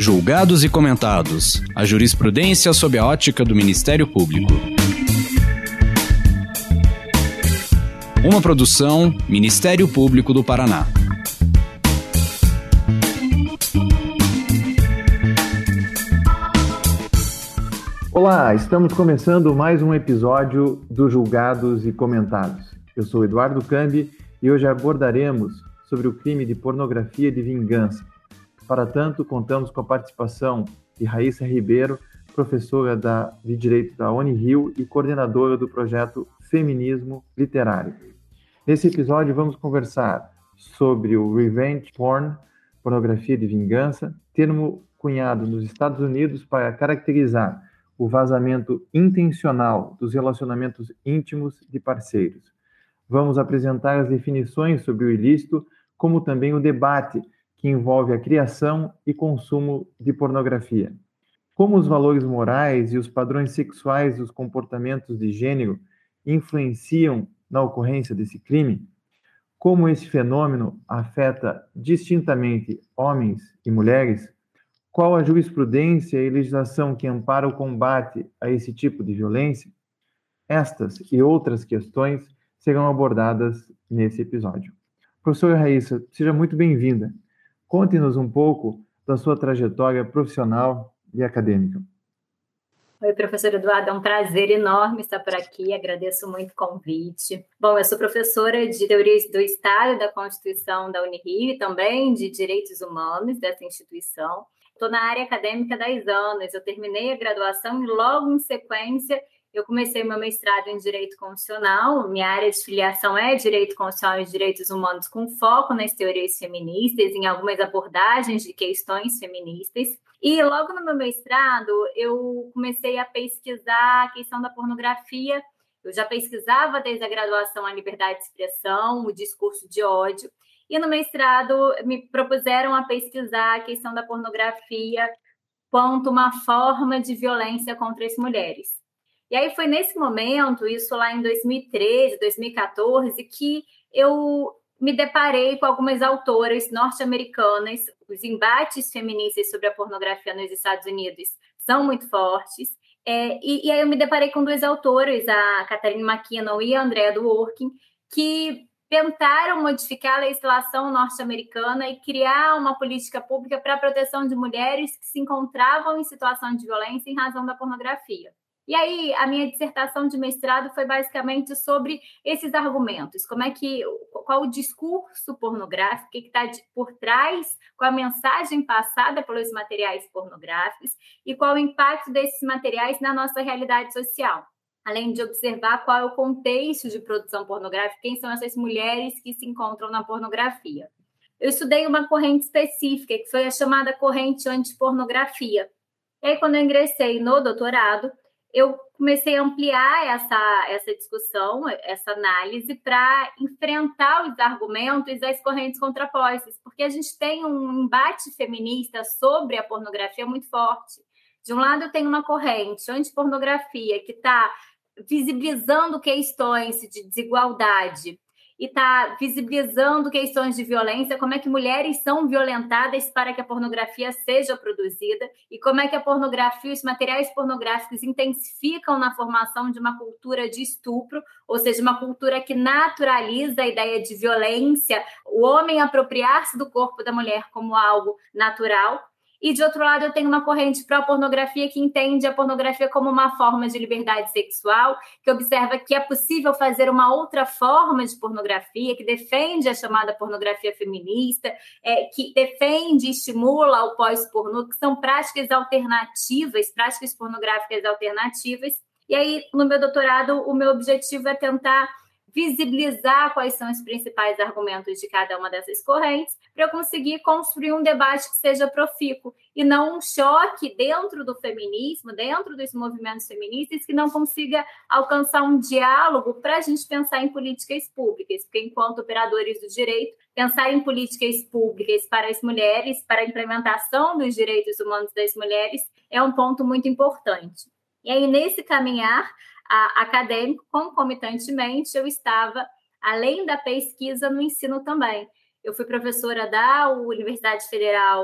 Julgados e comentados. A jurisprudência sob a ótica do Ministério Público. Uma produção Ministério Público do Paraná. Olá, estamos começando mais um episódio do Julgados e Comentados. Eu sou Eduardo Cambi e hoje abordaremos sobre o crime de pornografia de vingança. Para tanto, contamos com a participação de Raíssa Ribeiro, professora de Direito da Unirio e coordenadora do projeto Feminismo Literário. Nesse episódio vamos conversar sobre o revenge porn, pornografia de vingança, termo cunhado nos Estados Unidos para caracterizar o vazamento intencional dos relacionamentos íntimos de parceiros. Vamos apresentar as definições sobre o ilícito, como também o debate que envolve a criação e consumo de pornografia. Como os valores morais e os padrões sexuais dos comportamentos de gênero influenciam na ocorrência desse crime? Como esse fenômeno afeta distintamente homens e mulheres? Qual a jurisprudência e legislação que ampara o combate a esse tipo de violência? Estas e outras questões serão abordadas nesse episódio. Professora Raíssa, seja muito bem-vinda. Conte-nos um pouco da sua trajetória profissional e acadêmica. Oi, professor Eduardo, é um prazer enorme estar por aqui, agradeço muito o convite. Bom, eu sou professora de Teoria do Estado e da Constituição da Unirio e também de Direitos Humanos dessa instituição. Estou na área acadêmica há 10 anos, eu terminei a graduação e logo em sequência eu comecei meu mestrado em Direito Constitucional. Minha área de filiação é Direito Constitucional e Direitos Humanos, com foco nas teorias feministas, em algumas abordagens de questões feministas. E logo no meu mestrado eu comecei a pesquisar a questão da pornografia. Eu já pesquisava desde a graduação a liberdade de expressão, o discurso de ódio. E no mestrado me propuseram a pesquisar a questão da pornografia quanto uma forma de violência contra as mulheres. E aí foi nesse momento, isso lá em 2013, 2014, que eu me deparei com algumas autoras norte-americanas. Os embates feministas sobre a pornografia nos Estados Unidos são muito fortes. E aí eu me deparei com duas autoras, a Catherine McKinnon e a Andrea Dworkin, que tentaram modificar a legislação norte-americana e criar uma política pública para a proteção de mulheres que se encontravam em situação de violência em razão da pornografia. E aí, a minha dissertação de mestrado foi basicamente sobre esses argumentos, qual o discurso pornográfico, o que está por trás, qual a mensagem passada pelos materiais pornográficos e qual o impacto desses materiais na nossa realidade social. Além de observar qual é o contexto de produção pornográfica, quem são essas mulheres que se encontram na pornografia. Eu estudei uma corrente específica, que foi a chamada corrente antipornografia. E aí, quando eu ingressei no doutorado, eu comecei a ampliar essa discussão, essa análise, para enfrentar os argumentos das correntes contrapostas, porque a gente tem um embate feminista sobre a pornografia muito forte. De um lado, eu tenho uma corrente antipornografia que está visibilizando questões de desigualdade e está visibilizando questões de violência, como é que mulheres são violentadas para que a pornografia seja produzida e como é que a pornografia, os materiais pornográficos intensificam na formação de uma cultura de estupro, ou seja, uma cultura que naturaliza a ideia de violência, o homem apropriar-se do corpo da mulher como algo natural. E, de outro lado, eu tenho uma corrente pró-pornografia que entende a pornografia como uma forma de liberdade sexual, que observa que é possível fazer uma outra forma de pornografia, que defende a chamada pornografia feminista, que defende e estimula o pós-pornô, que são práticas alternativas, práticas pornográficas alternativas. E aí, no meu doutorado, o meu objetivo é tentar visibilizar quais são os principais argumentos de cada uma dessas correntes para eu conseguir construir um debate que seja profícuo e não um choque dentro do feminismo, dentro dos movimentos feministas, que não consiga alcançar um diálogo para a gente pensar em políticas públicas, porque enquanto operadores do direito, pensar em políticas públicas para as mulheres, para a implementação dos direitos humanos das mulheres, é um ponto muito importante. E aí, nesse caminhar acadêmico, concomitantemente, eu estava, além da pesquisa, no ensino também. Eu fui professora da Universidade Federal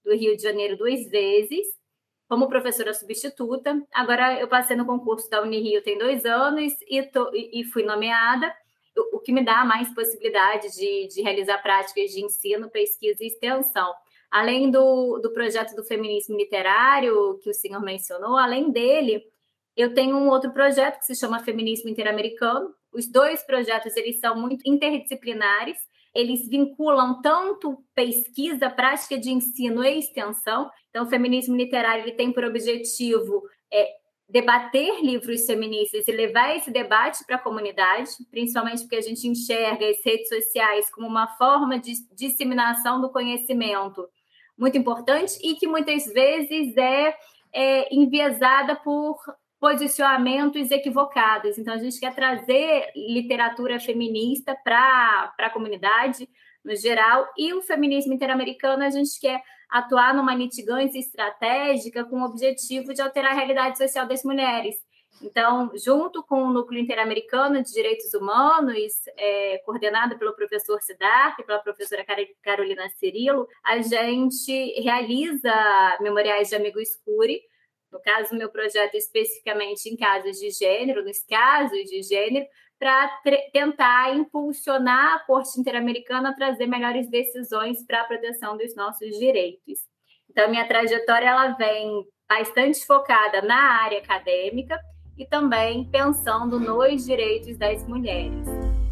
do Rio de Janeiro 2 vezes, como professora substituta. Agora eu passei no concurso da Unirio tem 2 anos e fui nomeada, o que me dá mais possibilidade de realizar práticas de ensino, pesquisa e extensão. Além do projeto do feminismo literário, que o senhor mencionou, além dele, eu tenho um outro projeto que se chama Feminismo Interamericano. Os 2 projetos eles são muito interdisciplinares, eles vinculam tanto pesquisa, prática de ensino e extensão. Então, o feminismo literário ele tem por objetivo debater livros feministas e levar esse debate para a comunidade, principalmente porque a gente enxerga as redes sociais como uma forma de disseminação do conhecimento muito importante e que muitas vezes é enviesada por posicionamentos equivocados. Então, a gente quer trazer literatura feminista para a comunidade no geral, e o feminismo interamericano a gente quer atuar numa litigância estratégica com o objetivo de alterar a realidade social das mulheres. Então, junto com o Núcleo Interamericano de Direitos Humanos, coordenado pelo professor Siddhartha e pela professora Carolina Cirilo, a gente realiza memoriais de Amigo Escure. No caso, meu projeto especificamente em casos de gênero, nos casos de gênero, para tentar impulsionar a Corte Interamericana a trazer melhores decisões para a proteção dos nossos direitos. Então, minha trajetória ela vem bastante focada na área acadêmica e também pensando nos direitos das mulheres.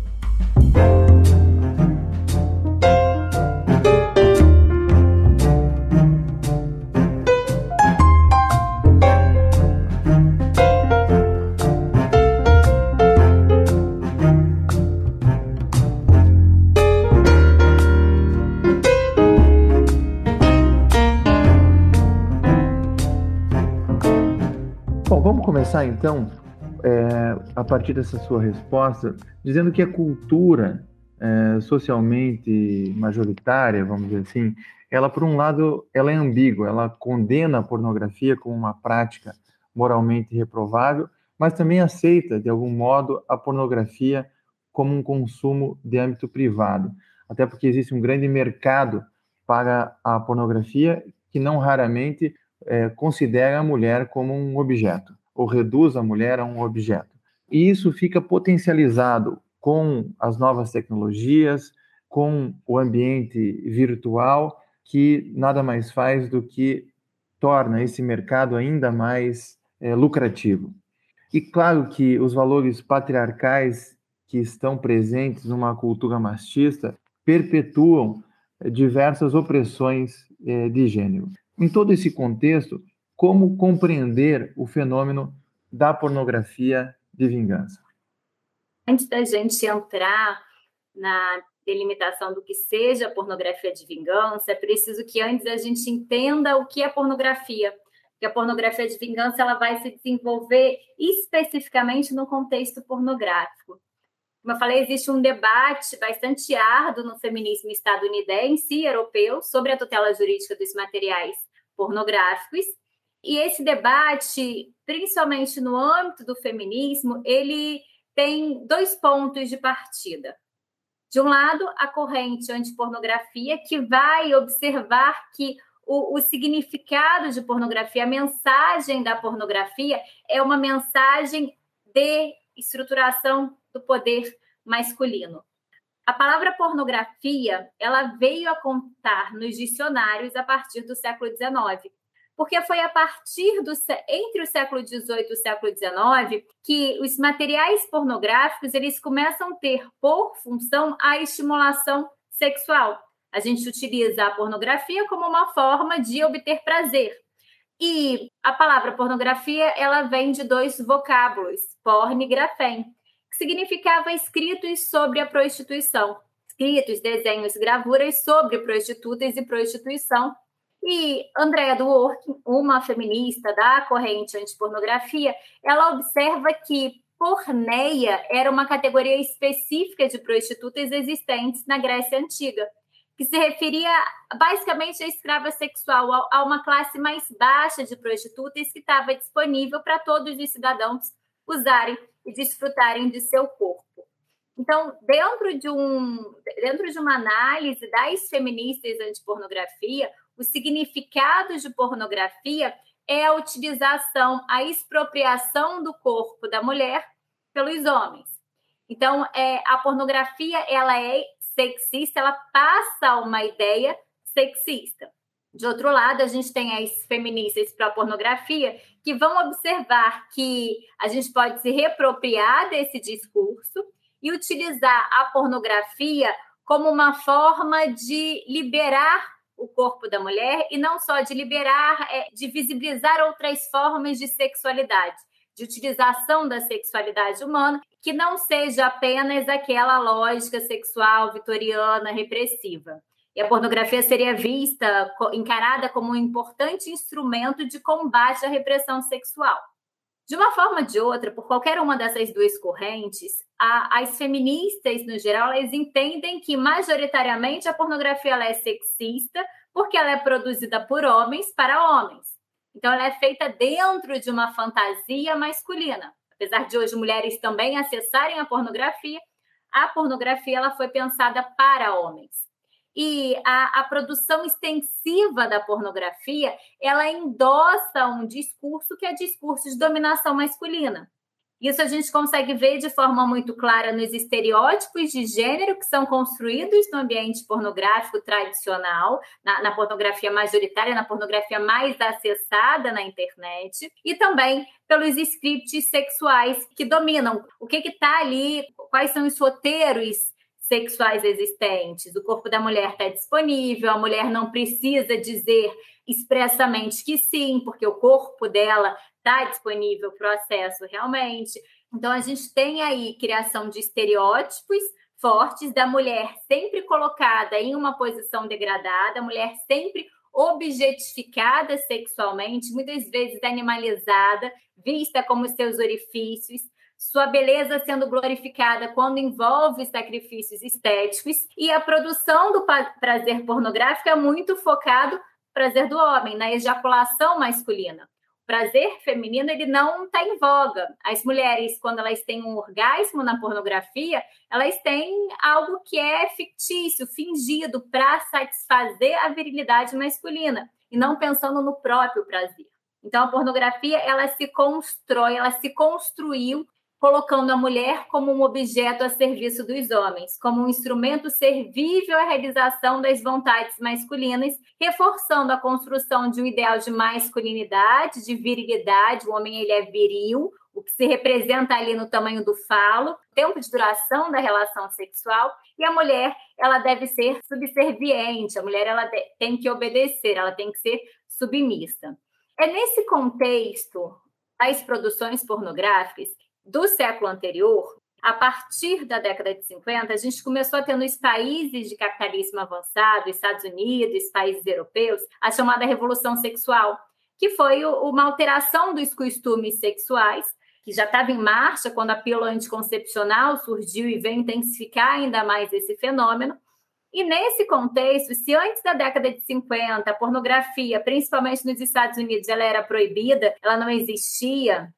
Vamos começar, então, a partir dessa sua resposta, dizendo que a cultura socialmente majoritária, vamos dizer assim, ela, por um lado, ela é ambígua, ela condena a pornografia como uma prática moralmente reprovável, mas também aceita, de algum modo, a pornografia como um consumo de âmbito privado, até porque existe um grande mercado para a pornografia que não raramente considera a mulher como um objeto, ou reduz a mulher a um objeto. E isso fica potencializado com as novas tecnologias, com o ambiente virtual, que nada mais faz do que torna esse mercado ainda mais lucrativo. E claro que os valores patriarcais que estão presentes numa cultura machista perpetuam diversas opressões de gênero. Em todo esse contexto, como compreender o fenômeno da pornografia de vingança? Antes da gente entrar na delimitação do que seja pornografia de vingança, é preciso que antes a gente entenda o que é pornografia. Porque a pornografia de vingança ela vai se desenvolver especificamente no contexto pornográfico. Como eu falei, existe um debate bastante árduo no feminismo estadunidense e europeu sobre a tutela jurídica dos materiais pornográficos. E esse debate, principalmente no âmbito do feminismo, ele tem 2 pontos de partida. De um lado, a corrente antipornografia, que vai observar que o significado de pornografia, a mensagem da pornografia é uma mensagem de estruturação do poder masculino. A palavra pornografia, ela veio a contar nos dicionários a partir do século XIX, porque foi a partir entre o século XVIII e o século XIX que os materiais pornográficos eles começam a ter por função a estimulação sexual. A gente utiliza a pornografia como uma forma de obter prazer. E a palavra pornografia ela vem de 2 vocábulos, porn e grafém, que significava escritos sobre a prostituição. Escritos, desenhos, gravuras sobre prostitutas e prostituição. E Andrea Dworkin, uma feminista da corrente antipornografia, ela observa que porneia era uma categoria específica de prostitutas existentes na Grécia Antiga, que se referia basicamente à escrava sexual, a uma classe mais baixa de prostitutas que estava disponível para todos os cidadãos usarem e desfrutarem de seu corpo. Então, dentro de uma análise das feministas antipornografia, o significado de pornografia é a utilização, a expropriação do corpo da mulher pelos homens. Então, a pornografia ela é sexista, ela passa uma ideia sexista. De outro lado, a gente tem as feministas para a pornografia que vão observar que a gente pode se reapropriar desse discurso e utilizar a pornografia como uma forma de liberar o corpo da mulher e não só de liberar, de visibilizar outras formas de sexualidade, de utilização da sexualidade humana, que não seja apenas aquela lógica sexual vitoriana repressiva. E a pornografia seria vista, encarada como um importante instrumento de combate à repressão sexual. De uma forma ou de outra, por qualquer uma dessas duas correntes, as feministas, no geral, elas entendem que, majoritariamente, a pornografia ela é sexista porque ela é produzida por homens para homens. Então, ela é feita dentro de uma fantasia masculina. Apesar de hoje mulheres também acessarem a pornografia ela foi pensada para homens. E a produção extensiva da pornografia, ela endossa um discurso que é discurso de dominação masculina. Isso a gente consegue ver de forma muito clara nos estereótipos de gênero que são construídos no ambiente pornográfico tradicional, na pornografia majoritária, na pornografia mais acessada na internet, e também pelos scripts sexuais que dominam. O que está ali, quais são os roteiros sexuais existentes. O corpo da mulher está disponível, a mulher não precisa dizer expressamente que sim, porque o corpo dela está disponível para o acesso realmente. Então, a gente tem aí criação de estereótipos fortes da mulher sempre colocada em uma posição degradada, a mulher sempre objetificada sexualmente, muitas vezes animalizada, vista como seus orifícios, sua beleza sendo glorificada quando envolve sacrifícios estéticos, e a produção do prazer pornográfico é muito focado no prazer do homem, na ejaculação masculina. O prazer feminino ele não está em voga. As mulheres, quando elas têm um orgasmo na pornografia, elas têm algo que é fictício, fingido, para satisfazer a virilidade masculina, e não pensando no próprio prazer. Então, a pornografia ela se constrói, ela se construiu colocando a mulher como um objeto a serviço dos homens, como um instrumento servível à realização das vontades masculinas, reforçando a construção de um ideal de masculinidade, de virilidade. O homem ele é viril, o que se representa ali no tamanho do falo, tempo de duração da relação sexual, e a mulher ela deve ser subserviente, a mulher ela tem que obedecer, ela tem que ser submissa. É nesse contexto das produções pornográficas do século anterior, a partir da década de 50, a gente começou a ter nos países de capitalismo avançado, Estados Unidos, países europeus, a chamada Revolução Sexual, que foi uma alteração dos costumes sexuais, que já estava em marcha quando a pílula anticoncepcional surgiu e veio intensificar ainda mais esse fenômeno. E nesse contexto, se antes da década de 50 a pornografia, principalmente nos Estados Unidos, ela era proibida, ela não existia,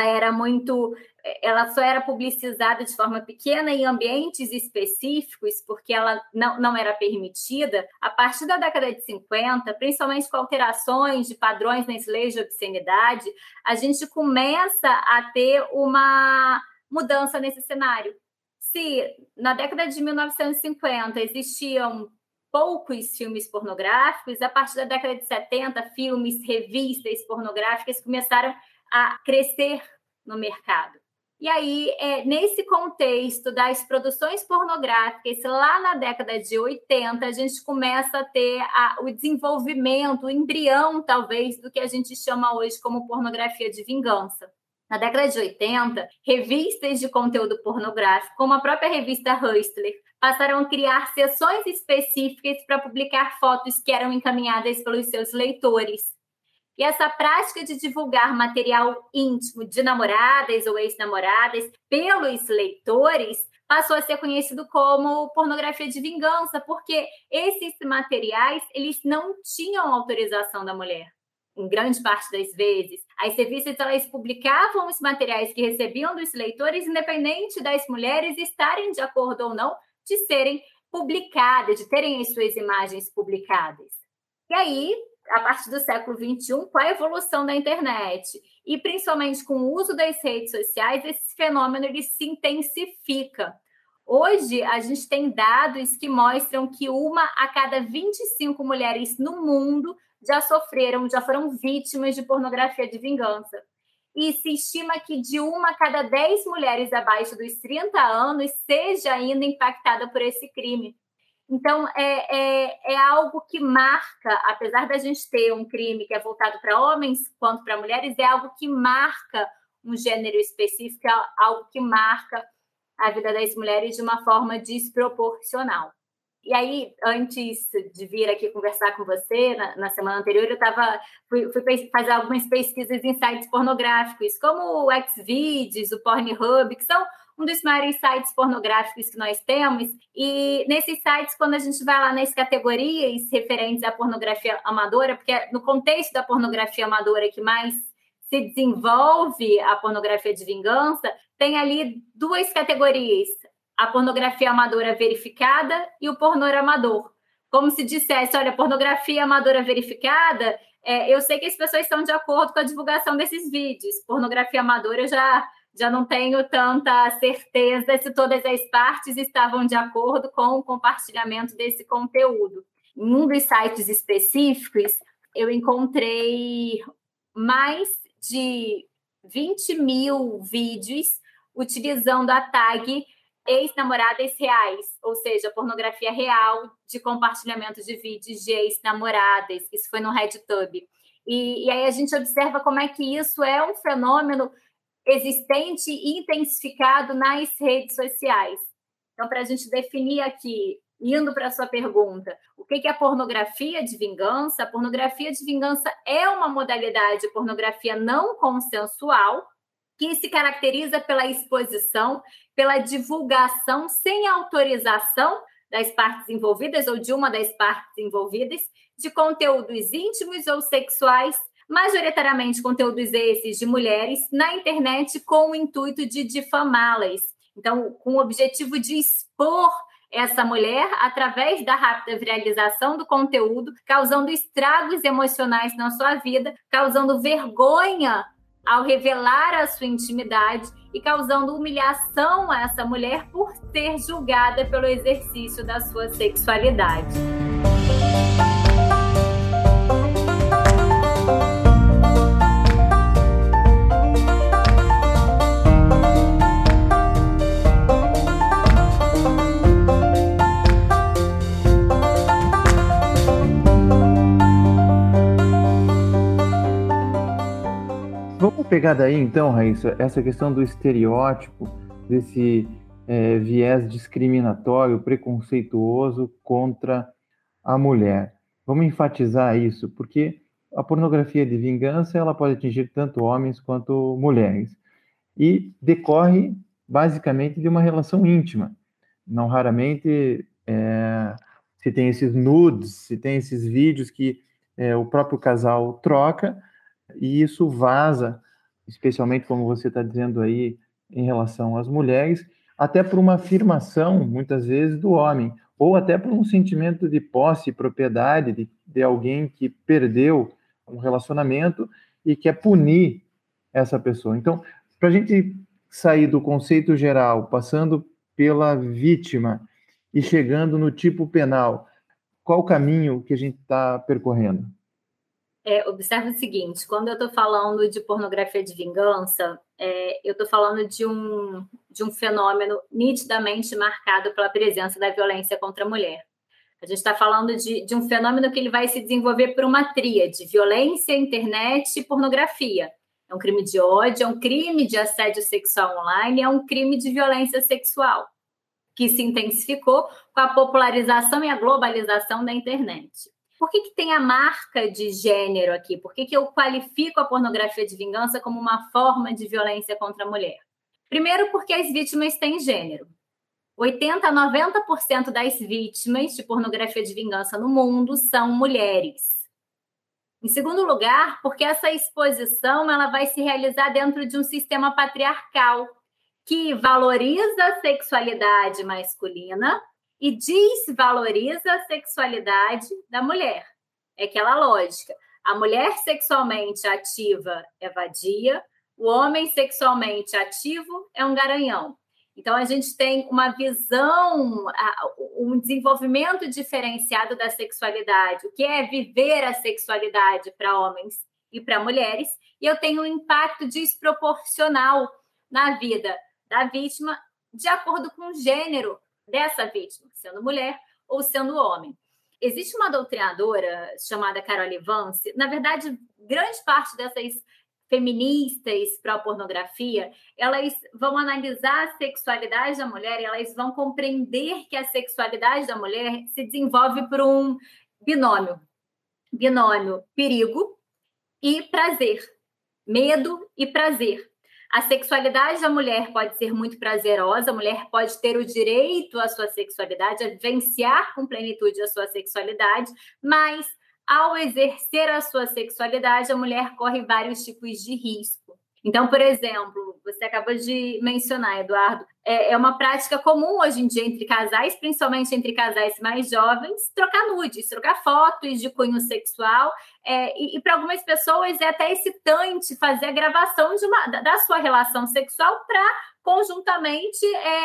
ela só era publicizada de forma pequena em ambientes específicos, porque ela não era permitida. A partir da década de 50, principalmente com alterações de padrões nas leis de obscenidade, a gente começa a ter uma mudança nesse cenário. Se na década de 1950 existiam poucos filmes pornográficos, a partir da década de 70, filmes, revistas pornográficas começaram a crescer no mercado. E aí, nesse contexto das produções pornográficas, lá na década de 80, a gente começa a ter o desenvolvimento, o embrião, talvez, do que a gente chama hoje como pornografia de vingança. Na década de 80, revistas de conteúdo pornográfico, como a própria revista Hustler, passaram a criar seções específicas para publicar fotos que eram encaminhadas pelos seus leitores. E essa prática de divulgar material íntimo de namoradas ou ex-namoradas pelos leitores passou a ser conhecido como pornografia de vingança, porque esses materiais eles não tinham autorização da mulher. Em grande parte das vezes, as revistas elas publicavam os materiais que recebiam dos leitores, independente das mulheres estarem de acordo ou não de serem publicadas, de terem as suas imagens publicadas. E aí, a partir do século XXI, com a evolução da internet e principalmente com o uso das redes sociais, esse fenômeno ele se intensifica. Hoje, a gente tem dados que mostram que 1 a cada 25 mulheres no mundo já foram vítimas de pornografia de vingança. E se estima que de 1 a cada 10 mulheres abaixo dos 30 anos seja ainda impactada por esse crime. Então, é algo que marca, apesar da gente ter um crime que é voltado para homens quanto para mulheres, é algo que marca um gênero específico, algo que marca a vida das mulheres de uma forma desproporcional. E aí, antes de vir aqui conversar com você, na semana anterior, fui fazer algumas pesquisas em sites pornográficos, como o Xvideos, o Pornhub, que são um dos maiores sites pornográficos que nós temos. E nesses sites, quando a gente vai lá nas categorias referentes à pornografia amadora, porque é no contexto da pornografia amadora que mais se desenvolve a pornografia de vingança, tem ali 2 categorias: a pornografia amadora verificada e o pornô amador. Como se dissesse, olha, pornografia amadora verificada, eu sei que as pessoas estão de acordo com a divulgação desses vídeos. Pornografia amadora, eu já não tenho tanta certeza se todas as partes estavam de acordo com o compartilhamento desse conteúdo. Em um dos sites específicos, eu encontrei mais de 20 mil vídeos utilizando a tag ex-namoradas reais, ou seja, pornografia real de compartilhamento de vídeos de ex-namoradas. Isso foi no RedTube. E aí a gente observa como é que isso é um fenômeno existente e intensificado nas redes sociais. Então, para a gente definir aqui, indo para a sua pergunta, o que é a pornografia de vingança? A pornografia de vingança é uma modalidade de pornografia não consensual que se caracteriza pela exposição, pela divulgação sem autorização das partes envolvidas ou de uma das partes envolvidas, de conteúdos íntimos ou sexuais, majoritariamente conteúdos esses de mulheres, na internet com o intuito de difamá-las. Então, com o objetivo de expor essa mulher através da rápida viralização do conteúdo, causando estragos emocionais na sua vida, causando vergonha ao revelar a sua intimidade e causando humilhação a essa mulher por ser julgada pelo exercício da sua sexualidade. Vamos pegar daí, então, Raíssa, essa questão do estereótipo, desse viés discriminatório, preconceituoso contra a mulher. Vamos enfatizar isso, porque a pornografia de vingança ela pode atingir tanto homens quanto mulheres. E decorre, basicamente, de uma relação íntima. Não raramente se tem esses nudes, se tem esses vídeos que o próprio casal troca, e isso vaza, especialmente como você está dizendo aí, em relação às mulheres, até por uma afirmação, muitas vezes, do homem, ou até por um sentimento de posse e propriedade de alguém que perdeu um relacionamento e quer punir essa pessoa. Então, para a gente sair do conceito geral, passando pela vítima e chegando no tipo penal, qual o caminho que a gente está percorrendo? Observe o seguinte, quando eu estou falando de pornografia de vingança, eu estou falando de um fenômeno nitidamente marcado pela presença da violência contra a mulher. A gente está falando de um fenômeno que ele vai se desenvolver por uma tríade: violência, internet e pornografia. É um crime de ódio, é um crime de assédio sexual online, é um crime de violência sexual, que se intensificou com a popularização e a globalização da internet. Por que tem a marca de gênero aqui? Por que eu qualifico a pornografia de vingança como uma forma de violência contra a mulher? Primeiro, porque as vítimas têm gênero. 80% a 90% das vítimas de pornografia de vingança no mundo são mulheres. Em segundo lugar, porque essa exposição ela vai se realizar dentro de um sistema patriarcal que valoriza a sexualidade masculina e desvaloriza a sexualidade da mulher. É aquela lógica. A mulher sexualmente ativa é vadia, o homem sexualmente ativo é um garanhão. Então, a gente tem uma visão, um desenvolvimento diferenciado da sexualidade, o que é viver a sexualidade para homens e para mulheres, e eu tenho um impacto desproporcional na vida da vítima, de acordo com o gênero dessa vítima, sendo mulher ou sendo homem. Existe uma doutrinadora chamada Carole Vance, na verdade, grande parte dessas feministas pró-pornografia, elas vão analisar a sexualidade da mulher e elas vão compreender que a sexualidade da mulher se desenvolve por um binômio perigo e prazer, medo e prazer. A sexualidade da mulher pode ser muito prazerosa, a mulher pode ter o direito à sua sexualidade, a vivenciar com plenitude a sua sexualidade, mas ao exercer a sua sexualidade, a mulher corre vários tipos de risco. Então, por exemplo, você acabou de mencionar, Eduardo, é uma prática comum hoje em dia entre casais, principalmente entre casais mais jovens, trocar nudes, trocar fotos de cunho sexual, e para algumas pessoas é até excitante fazer a gravação da sua relação sexual para conjuntamente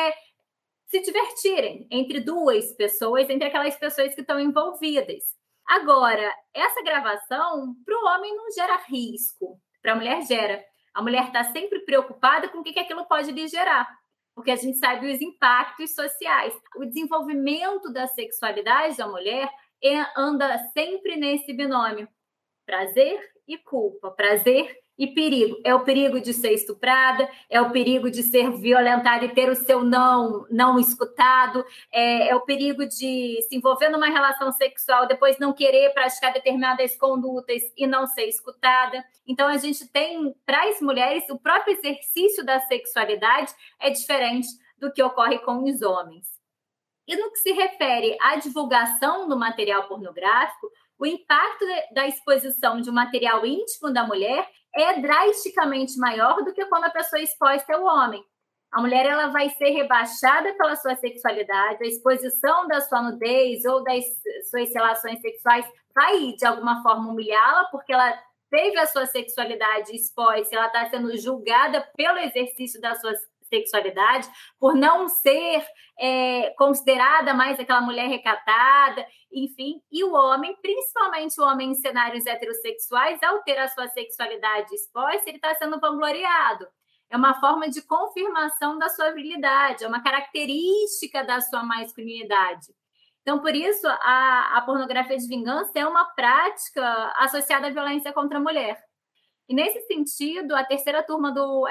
se divertirem entre duas pessoas, entre aquelas pessoas que estão envolvidas. Agora, essa gravação para o homem não gera risco, para a mulher gera. A mulher está sempre preocupada com o que aquilo pode lhe gerar, porque a gente sabe os impactos sociais. O desenvolvimento da sexualidade da mulher anda sempre nesse binômio: prazer e culpa, prazer e perigo. É o perigo de ser estuprada, é o perigo de ser violentada e ter o seu não escutado, é o perigo de se envolver numa relação sexual, depois não querer praticar determinadas condutas e não ser escutada. Então, a gente tem, para as mulheres, o próprio exercício da sexualidade é diferente do que ocorre com os homens. E no que se refere à divulgação do material pornográfico, o impacto da exposição de um material íntimo da mulher é drasticamente maior do que quando a pessoa é exposta ao homem. A mulher ela vai ser rebaixada pela sua sexualidade, a exposição da sua nudez ou das suas relações sexuais vai, de alguma forma, humilhá-la, porque ela teve a sua sexualidade exposta, ela está sendo julgada pelo exercício da sua sexualidade, por não ser considerada mais aquela mulher recatada, enfim. E o homem, principalmente o homem em cenários heterossexuais, ao ter a sua sexualidade exposta, ele está sendo vangloriado. É uma forma de confirmação da sua virilidade, é uma característica da sua masculinidade. Então, por isso, a pornografia de vingança é uma prática associada à violência contra a mulher. E, nesse sentido, a terceira turma do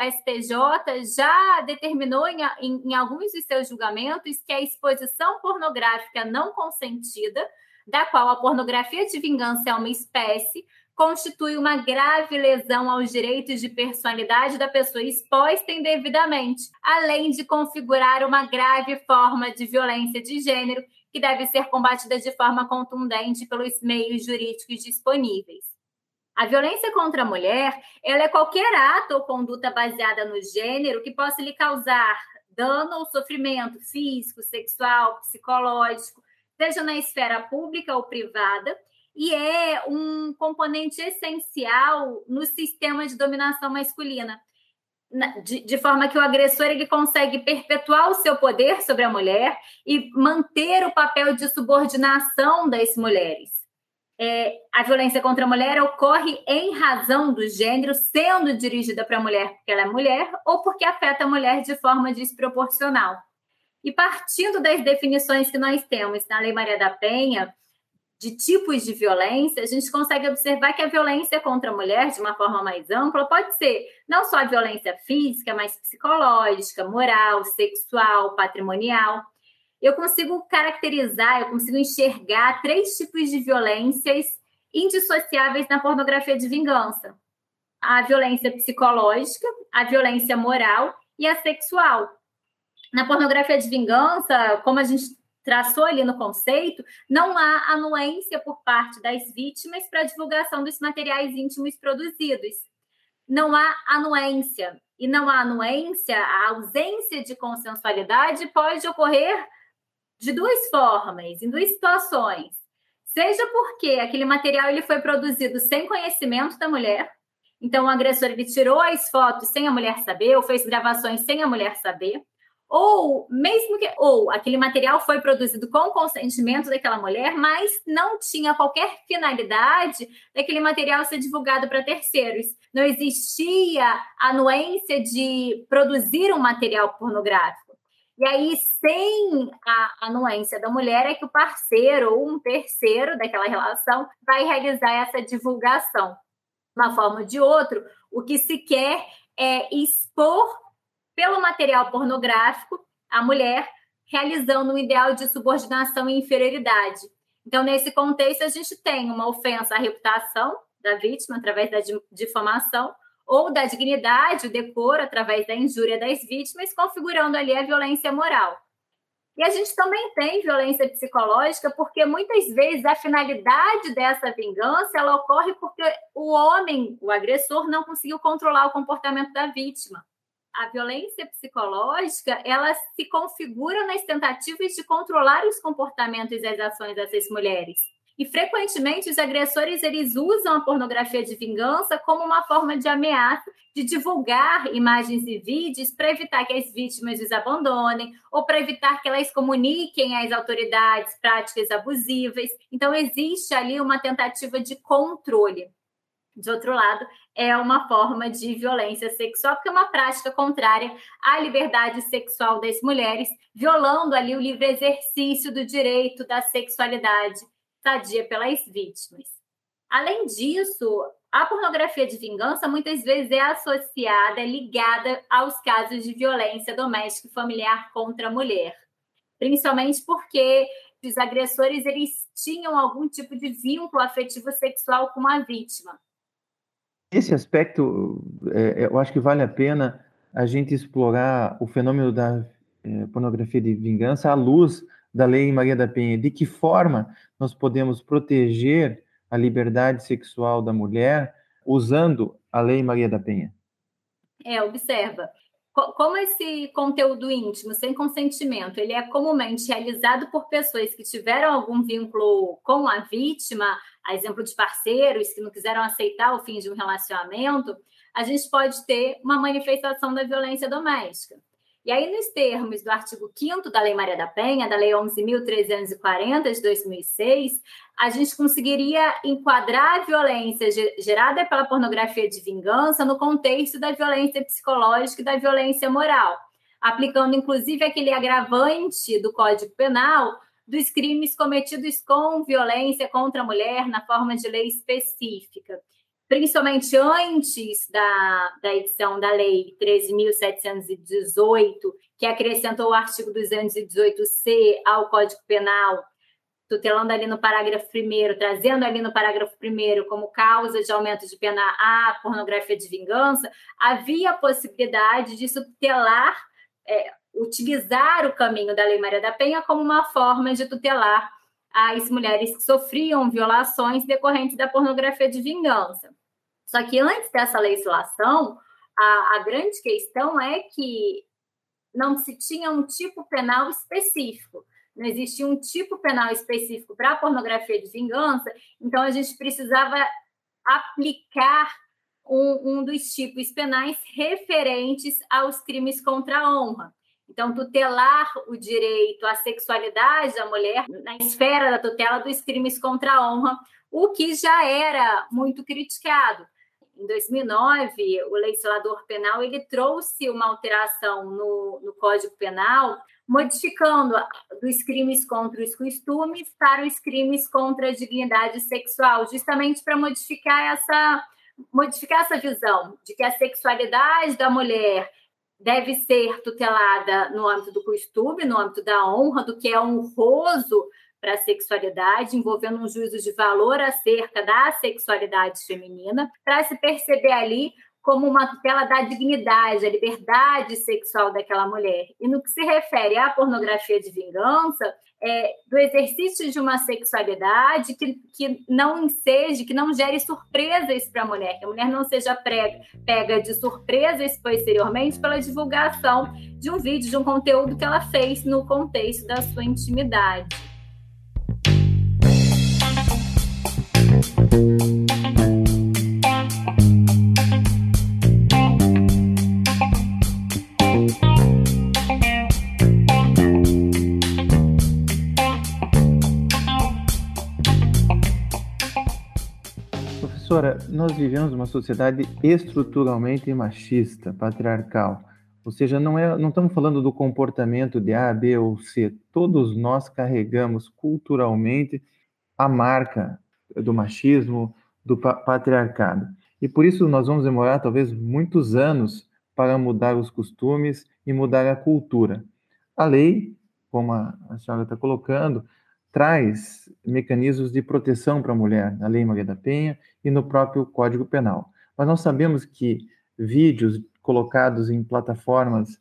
STJ já determinou em alguns de seus julgamentos que a exposição pornográfica não consentida, da qual a pornografia de vingança é uma espécie, constitui uma grave lesão aos direitos de personalidade da pessoa exposta indevidamente, além de configurar uma grave forma de violência de gênero que deve ser combatida de forma contundente pelos meios jurídicos disponíveis. A violência contra a mulher, ela é qualquer ato ou conduta baseada no gênero que possa lhe causar dano ou sofrimento físico, sexual, psicológico, seja na esfera pública ou privada, e é um componente essencial no sistema de dominação masculina, de forma que o agressor ele consegue perpetuar o seu poder sobre a mulher e manter o papel de subordinação das mulheres. A violência contra a mulher ocorre em razão do gênero, sendo dirigida para a mulher porque ela é mulher ou porque afeta a mulher de forma desproporcional. E partindo das definições que nós temos na Lei Maria da Penha, de tipos de violência, a gente consegue observar que a violência contra a mulher, de uma forma mais ampla, pode ser não só a violência física, mas psicológica, moral, sexual, patrimonial. Eu consigo caracterizar, eu consigo enxergar 3 tipos de violências indissociáveis na pornografia de vingança. A violência psicológica, a violência moral e a sexual. Na pornografia de vingança, como a gente traçou ali no conceito, não há anuência por parte das vítimas para a divulgação dos materiais íntimos produzidos. Não há anuência. E não há anuência, a ausência de consensualidade pode ocorrer de 2 formas, em 2 situações. seja porque aquele material ele foi produzido sem conhecimento da mulher, então o agressor ele tirou as fotos sem a mulher saber, ou fez gravações sem a mulher saber, ou aquele material foi produzido com o consentimento daquela mulher, mas não tinha qualquer finalidade daquele material ser divulgado para terceiros. Não existia a anuência de produzir um material pornográfico. E aí, sem a anuência da mulher, é que o parceiro ou um terceiro daquela relação vai realizar essa divulgação. De uma forma ou de outra, o que se quer é expor pelo material pornográfico, a mulher realizando um ideal de subordinação e inferioridade. Então, nesse contexto, a gente tem uma ofensa à reputação da vítima através da difamação, ou da dignidade, o decoro, através da injúria das vítimas, configurando ali a violência moral. E a gente também tem violência psicológica, porque muitas vezes a finalidade dessa vingança ela ocorre porque o homem, o agressor, não conseguiu controlar o comportamento da vítima. A violência psicológica, ela se configura nas tentativas de controlar os comportamentos e as ações dessas mulheres. E, frequentemente, os agressores eles usam a pornografia de vingança como uma forma de ameaça, de divulgar imagens e vídeos para evitar que as vítimas os abandonem ou para evitar que elas comuniquem às autoridades práticas abusivas. Então, existe ali uma tentativa de controle. De outro lado, é uma forma de violência sexual, porque é uma prática contrária à liberdade sexual das mulheres, violando ali o livre exercício do direito da sexualidade sadia pelas vítimas. Além disso, a pornografia de vingança muitas vezes é associada, ligada aos casos de violência doméstica e familiar contra a mulher, principalmente porque os agressores eles tinham algum tipo de vínculo afetivo sexual com a vítima. Esse aspecto, eu acho que vale a pena a gente explorar o fenômeno da pornografia de vingança à luz da Lei Maria da Penha. De que forma nós podemos proteger a liberdade sexual da mulher usando a Lei Maria da Penha? Observa. Como esse conteúdo íntimo, sem consentimento, ele é comumente realizado por pessoas que tiveram algum vínculo com a vítima, a exemplo de parceiros que não quiseram aceitar o fim de um relacionamento, a gente pode ter uma manifestação da violência doméstica. E aí, nos termos do artigo 5º da Lei Maria da Penha, da Lei 11.340, de 2006, a gente conseguiria enquadrar a violência gerada pela pornografia de vingança no contexto da violência psicológica e da violência moral, aplicando, inclusive, aquele agravante do Código Penal dos crimes cometidos com violência contra a mulher na forma de lei específica. Principalmente antes da edição da Lei 13.718, que acrescentou o artigo 218C ao Código Penal, tutelando ali no parágrafo 1º, trazendo ali no parágrafo 1º como causa de aumento de pena a pornografia de vingança, havia a possibilidade de tutelar, utilizar o caminho da Lei Maria da Penha como uma forma de tutelar as mulheres que sofriam violações decorrentes da pornografia de vingança. Só que antes dessa legislação, a grande questão é que não se tinha um tipo penal específico. Não existia um tipo penal específico para a pornografia de vingança, então a gente precisava aplicar um dos tipos penais referentes aos crimes contra a honra. Então, tutelar o direito à sexualidade da mulher na esfera da tutela dos crimes contra a honra, o que já era muito criticado. Em 2009, o legislador penal ele trouxe uma alteração no Código Penal, modificando dos crimes contra os costumes para os crimes contra a dignidade sexual, justamente para modificar essa visão de que a sexualidade da mulher deve ser tutelada no âmbito do costume, no âmbito da honra, do que é honroso para a sexualidade, envolvendo um juízo de valor acerca da sexualidade feminina, para se perceber ali como uma tutela da dignidade, a liberdade sexual daquela mulher. E no que se refere à pornografia de vingança, do exercício de uma sexualidade que não gere surpresas para a mulher, que a mulher não seja pega de surpresas posteriormente pela divulgação de um vídeo, de um conteúdo que ela fez no contexto da sua intimidade. Professora, nós vivemos uma sociedade estruturalmente machista, patriarcal. Ou seja, não estamos falando do comportamento de A, B ou C. Todos nós carregamos culturalmente a marca do machismo, do patriarcado. E por isso nós vamos demorar talvez muitos anos para mudar os costumes e mudar a cultura. A lei, como a senhora está colocando, traz mecanismos de proteção para a mulher, na Lei Maria da Penha e no próprio Código Penal. Mas nós sabemos que vídeos colocados em plataformas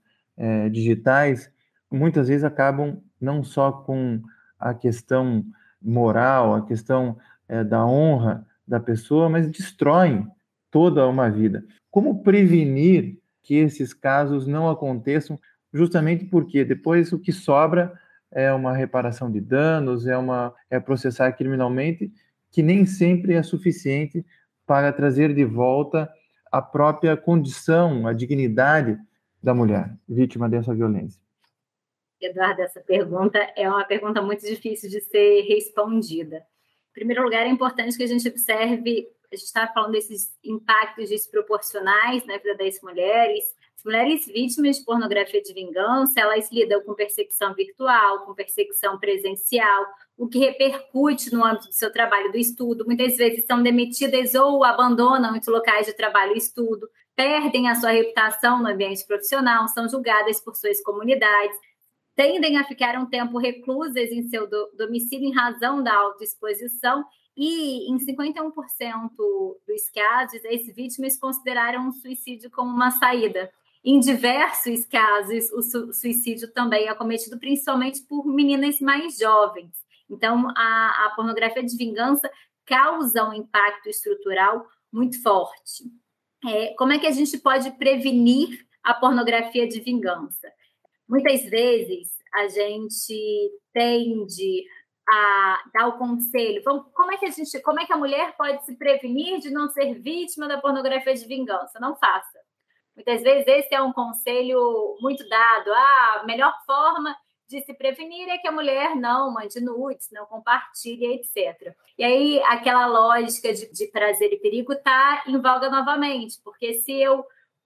digitais muitas vezes acabam não só com a questão moral, a questão da honra da pessoa, mas destroem toda uma vida. Como prevenir que esses casos não aconteçam, justamente porque depois o que sobra é uma reparação de danos, é processar criminalmente, que nem sempre é suficiente para trazer de volta a própria condição, a dignidade da mulher vítima dessa violência. Eduardo, essa pergunta é uma pergunta muito difícil de ser respondida. Em primeiro lugar, é importante que a gente observe, a gente está falando desses impactos desproporcionais na vida das mulheres. As mulheres vítimas de pornografia de vingança, elas lidam com perseguição virtual, com perseguição presencial, o que repercute no âmbito do seu trabalho, do estudo. Muitas vezes são demitidas ou abandonam os locais de trabalho e estudo, perdem a sua reputação no ambiente profissional, são julgadas por suas comunidades, tendem a ficar um tempo reclusas em seu domicílio em razão da autoexposição e, em 51% dos casos, as vítimas consideraram o suicídio como uma saída. Em diversos casos, o suicídio também é cometido principalmente por meninas mais jovens. Então, a pornografia de vingança causa um impacto estrutural muito forte. Como é que a gente pode prevenir a pornografia de vingança? Muitas vezes a gente tende a dar o conselho. Como é que a mulher pode se prevenir de não ser vítima da pornografia de vingança? Não faça. Muitas vezes esse é um conselho muito dado. A melhor forma de se prevenir é que a mulher não mande nudes, não compartilhe, etc. E aí aquela lógica de prazer e perigo está em voga novamente, porque se eu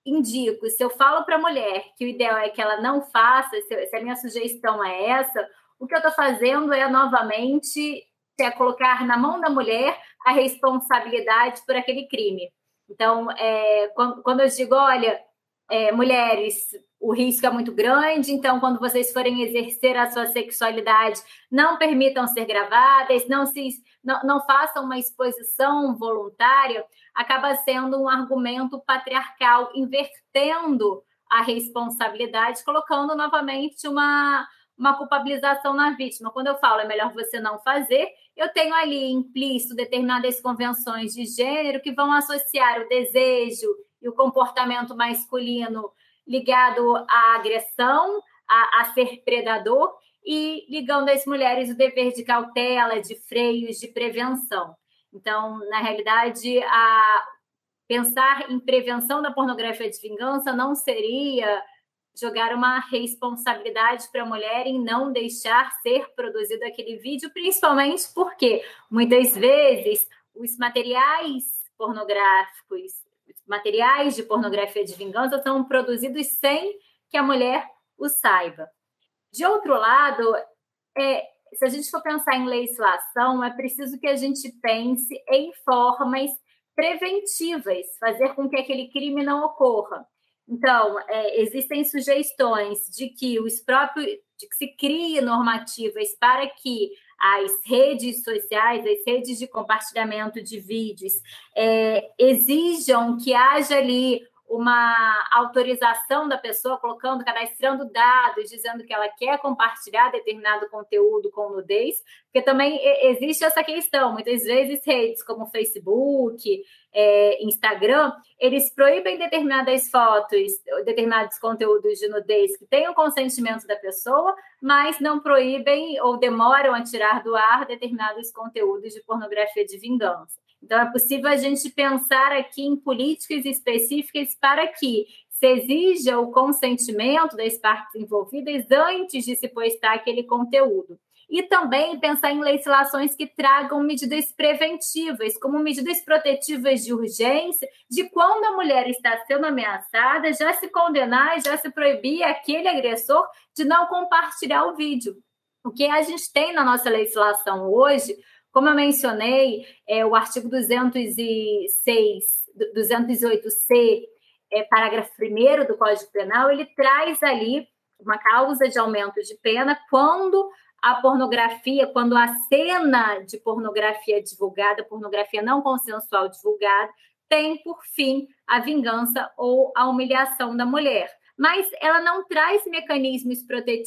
falo para a mulher que o ideal é que ela não faça, se a minha sugestão é essa, o que eu estou fazendo é novamente colocar na mão da mulher a responsabilidade por aquele crime. Então, quando eu digo, olha, mulheres, o risco é muito grande, então quando vocês forem exercer a sua sexualidade, não permitam ser gravadas, não façam uma exposição voluntária, acaba sendo um argumento patriarcal, invertendo a responsabilidade, colocando novamente uma culpabilização na vítima. Quando eu falo é melhor você não fazer, eu tenho ali implícito determinadas convenções de gênero que vão associar o desejo e o comportamento masculino ligado à agressão, a ser predador, e ligando às mulheres o dever de cautela, de freios, de prevenção. Então, na realidade, pensar em prevenção da pornografia de vingança não seria jogar uma responsabilidade para a mulher em não deixar ser produzido aquele vídeo, principalmente porque, muitas vezes, os materiais pornográficos, os materiais de pornografia de vingança são produzidos sem que a mulher o saiba. De outro lado, se a gente for pensar em legislação, é preciso que a gente pense em formas preventivas, fazer com que aquele crime não ocorra. Então, existem sugestões de que se crie normativas para que as redes sociais, as redes de compartilhamento de vídeos, exijam que haja ali uma autorização da pessoa, cadastrando dados, dizendo que ela quer compartilhar determinado conteúdo com nudez, porque também existe essa questão. Muitas vezes redes como Facebook, Instagram, eles proíbem determinadas fotos, determinados conteúdos de nudez que tenham consentimento da pessoa, mas não proíbem ou demoram a tirar do ar determinados conteúdos de pornografia de vingança. Então, é possível a gente pensar aqui em políticas específicas para que se exija o consentimento das partes envolvidas antes de se postar aquele conteúdo. E também pensar em legislações que tragam medidas preventivas, como medidas protetivas de urgência, de quando a mulher está sendo ameaçada, já se condenar, já se proibir aquele agressor de não compartilhar o vídeo. O que a gente tem na nossa legislação hoje, como eu mencionei, o artigo 208C, parágrafo 1º do Código Penal, ele traz ali uma causa de aumento de pena quando a pornografia, quando a cena de pornografia divulgada, pornografia não consensual divulgada, tem por fim a vingança ou a humilhação da mulher. Mas ela não traz mecanismos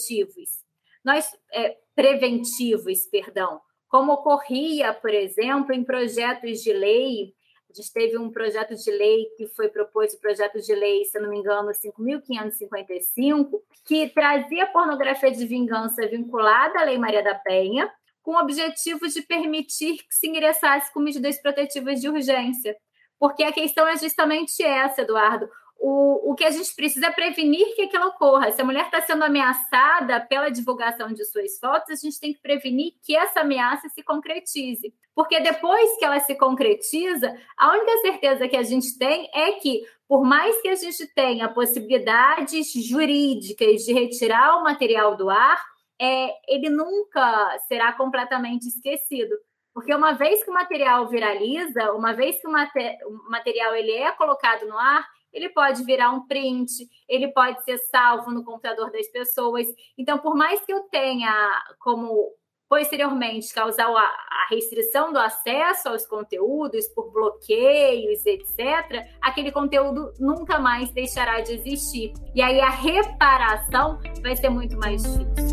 preventivos, como ocorria, por exemplo, em projetos de lei. A gente teve um projeto de lei que foi proposto, o projeto de lei, se não me engano, 5.555, que trazia pornografia de vingança vinculada à Lei Maria da Penha, com o objetivo de permitir que se ingressasse com medidas protetivas de urgência. Porque a questão é justamente essa, Eduardo. O que a gente precisa é prevenir que aquilo ocorra. Se a mulher está sendo ameaçada pela divulgação de suas fotos, a gente tem que prevenir que essa ameaça se concretize. Porque depois que ela se concretiza, a única certeza que a gente tem é que, por mais que a gente tenha possibilidades jurídicas de retirar o material do ar, ele nunca será completamente esquecido. Porque uma vez que o material viraliza, uma vez que o material ele é colocado no ar, ele pode virar um print, ele pode ser salvo no computador das pessoas. Então, por mais que eu tenha como, posteriormente, causar a restrição do acesso aos conteúdos por bloqueios, etc., aquele conteúdo nunca mais deixará de existir. E aí a reparação vai ser muito mais difícil.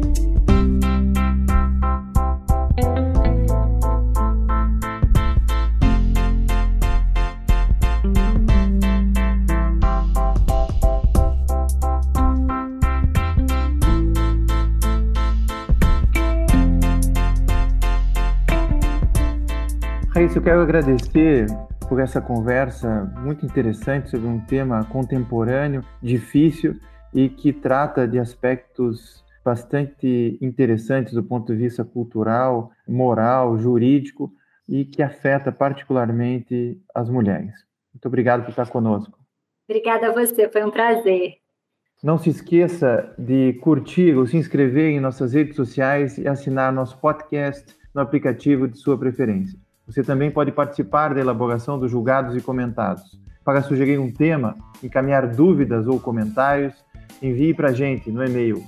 Raíssa, eu quero agradecer por essa conversa muito interessante sobre um tema contemporâneo, difícil e que trata de aspectos bastante interessantes do ponto de vista cultural, moral, jurídico e que afeta particularmente as mulheres. Muito obrigado por estar conosco. Obrigada a você, foi um prazer. Não se esqueça de curtir ou se inscrever em nossas redes sociais e assinar nosso podcast no aplicativo de sua preferência. Você também pode participar da elaboração dos julgados e comentados. Para sugerir um tema, encaminhar dúvidas ou comentários, envie para a gente no e-mail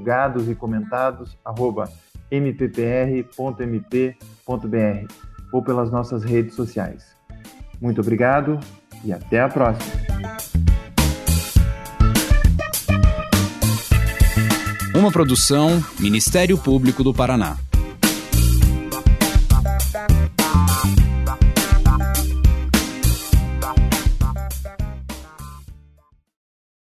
julgadosecomentado@mppr.mp.br ou pelas nossas redes sociais. Muito obrigado e até a próxima. Uma produção Ministério Público do Paraná.